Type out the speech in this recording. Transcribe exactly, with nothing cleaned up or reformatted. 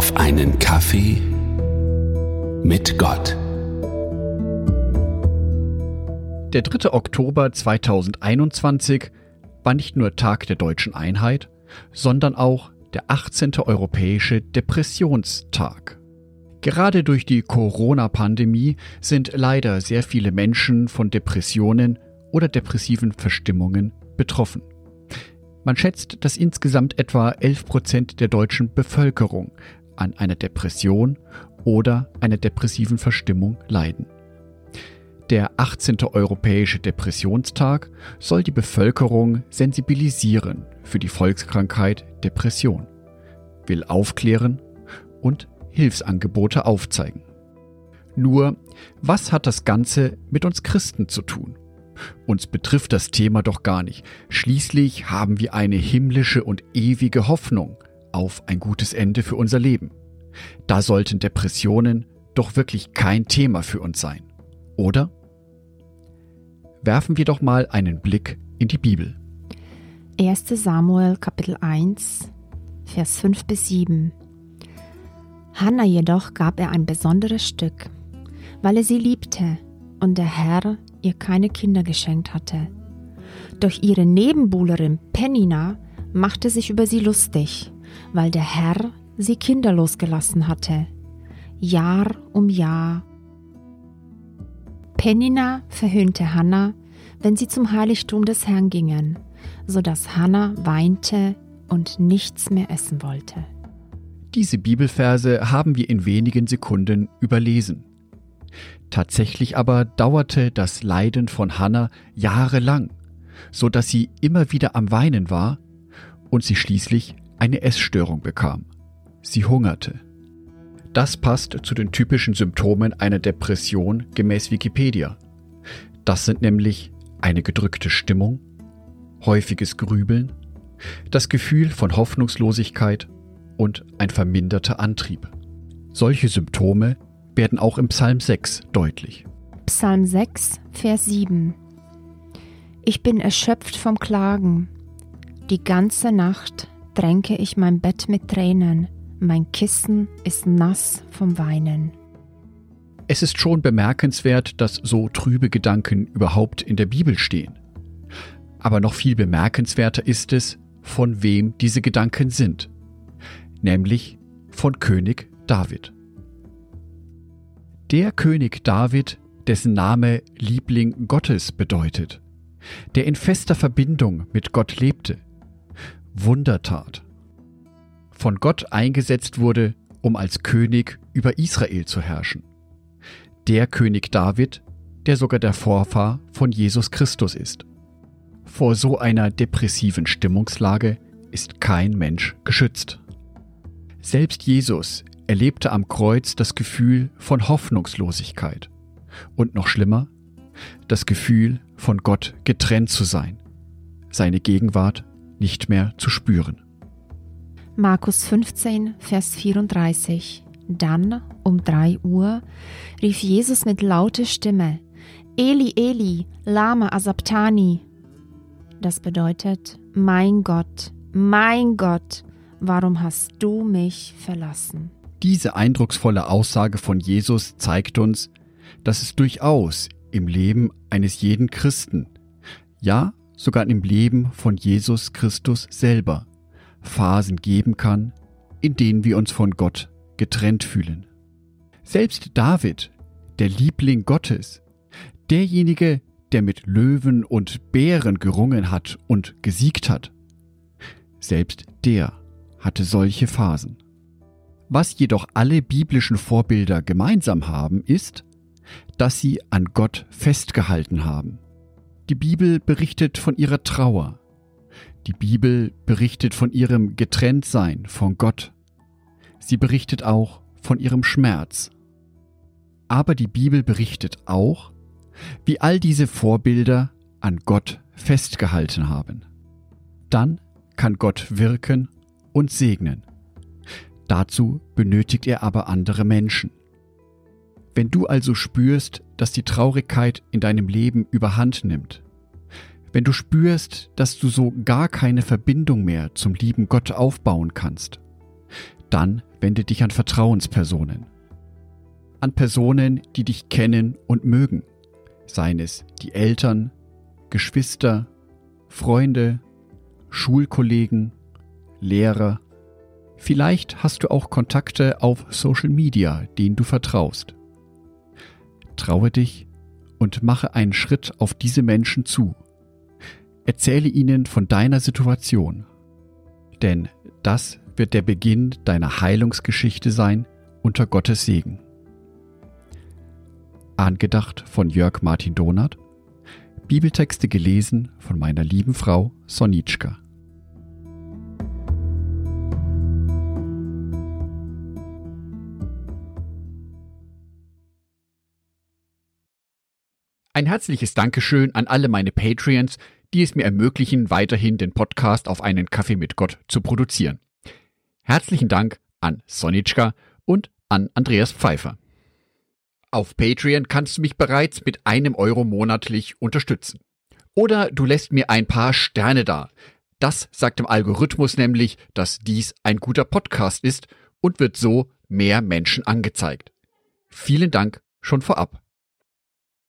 auf einen Kaffee mit Gott. Der dritte Oktober zweitausendeinundzwanzig war nicht nur Tag der deutschen Einheit, sondern auch der achtzehnte Europäische Depressionstag. Gerade durch die Corona-Pandemie sind leider sehr viele Menschen von Depressionen oder depressiven Verstimmungen betroffen. Man schätzt, dass insgesamt etwa elf Prozent der deutschen Bevölkerung an einer Depression oder einer depressiven Verstimmung leiden. Der achtzehnte Europäische Depressionstag soll die Bevölkerung sensibilisieren für die Volkskrankheit Depression, will aufklären und Hilfsangebote aufzeigen. Nur, was hat das Ganze mit uns Christen zu tun? Uns betrifft das Thema doch gar nicht. Schließlich haben wir eine himmlische und ewige Hoffnung auf ein gutes Ende für unser Leben. Da sollten Depressionen doch wirklich kein Thema für uns sein, oder? Werfen wir doch mal einen Blick in die Bibel. erster Samuel Kapitel eins, Vers fünf bis sieben. Hannah jedoch gab er ein besonderes Stück, weil er sie liebte und der Herr ihr keine Kinder geschenkt hatte. Doch ihre Nebenbuhlerin Penina machte sich über sie lustig, weil der Herr sie kinderlos gelassen hatte. Jahr um Jahr. Penina verhöhnte Hannah, wenn sie zum Heiligtum des Herrn gingen, so dass Hannah weinte und nichts mehr essen wollte. Diese Bibelverse haben wir in wenigen Sekunden überlesen. Tatsächlich aber dauerte das Leiden von Hannah jahrelang, so dass sie immer wieder am Weinen war und sie schließlich eine Essstörung bekam. Sie hungerte. Das passt zu den typischen Symptomen einer Depression gemäß Wikipedia. Das sind nämlich eine gedrückte Stimmung, häufiges Grübeln, das Gefühl von Hoffnungslosigkeit und ein verminderter Antrieb. Solche Symptome werden auch im Psalm sechs deutlich. Psalm sechs, Vers sieben. Ich bin erschöpft vom Klagen. Die ganze Nacht tränke ich mein Bett mit Tränen. Mein Kissen ist nass vom Weinen. Es ist schon bemerkenswert, dass so trübe Gedanken überhaupt in der Bibel stehen. Aber noch viel bemerkenswerter ist es, von wem diese Gedanken sind. Nämlich von König David. Der König David, dessen Name Liebling Gottes bedeutet, der in fester Verbindung mit Gott lebte, Wunder tat, von Gott eingesetzt wurde, um als König über Israel zu herrschen. Der König David, der sogar der Vorfahr von Jesus Christus ist. Vor so einer depressiven Stimmungslage ist kein Mensch geschützt. Selbst Jesus erlebte am Kreuz das Gefühl von Hoffnungslosigkeit und noch schlimmer, das Gefühl, von Gott getrennt zu sein, seine Gegenwart nicht mehr zu spüren. Markus fünfzehn, Vers vierunddreißig. Dann, um drei Uhr, rief Jesus mit lauter Stimme, Eli, Eli, lama asabtani. Das bedeutet, mein Gott, mein Gott, warum hast du mich verlassen? Diese eindrucksvolle Aussage von Jesus zeigt uns, dass es durchaus im Leben eines jeden Christen, ja sogar im Leben von Jesus Christus selber, Phasen geben kann, in denen wir uns von Gott getrennt fühlen. Selbst David, der Liebling Gottes, derjenige, der mit Löwen und Bären gerungen hat und gesiegt hat, selbst der hatte solche Phasen. Was jedoch alle biblischen Vorbilder gemeinsam haben, ist, dass sie an Gott festgehalten haben. Die Bibel berichtet von ihrer Trauer. Die Bibel berichtet von ihrem Getrenntsein von Gott. Sie berichtet auch von ihrem Schmerz. Aber die Bibel berichtet auch, wie all diese Vorbilder an Gott festgehalten haben. Dann kann Gott wirken und segnen. Dazu benötigt er aber andere Menschen. Wenn du also spürst, dass die Traurigkeit in deinem Leben überhand nimmt, wenn du spürst, dass du so gar keine Verbindung mehr zum lieben Gott aufbauen kannst, Dann wende dich an Vertrauenspersonen. An Personen, die dich kennen und mögen. Seien es die Eltern, Geschwister, Freunde, Schulkollegen, Lehrer. Vielleicht hast du auch Kontakte auf Social Media, denen du vertraust. Traue dich und mache einen Schritt auf diese Menschen zu. Erzähle ihnen von deiner Situation. Denn das wird der Beginn deiner Heilungsgeschichte sein unter Gottes Segen. Angedacht von Jörg Martin Donath. Bibeltexte gelesen von meiner lieben Frau Sonitschka. Ein herzliches Dankeschön an alle meine Patreons, die es mir ermöglichen, weiterhin den Podcast auf einen Kaffee mit Gott zu produzieren. Herzlichen Dank an Sonitschka und an Andreas Pfeiffer. Auf Patreon kannst du mich bereits mit einem Euro monatlich unterstützen. Oder du lässt mir ein paar Sterne da. Das sagt dem Algorithmus nämlich, dass dies ein guter Podcast ist und wird so mehr Menschen angezeigt. Vielen Dank schon vorab.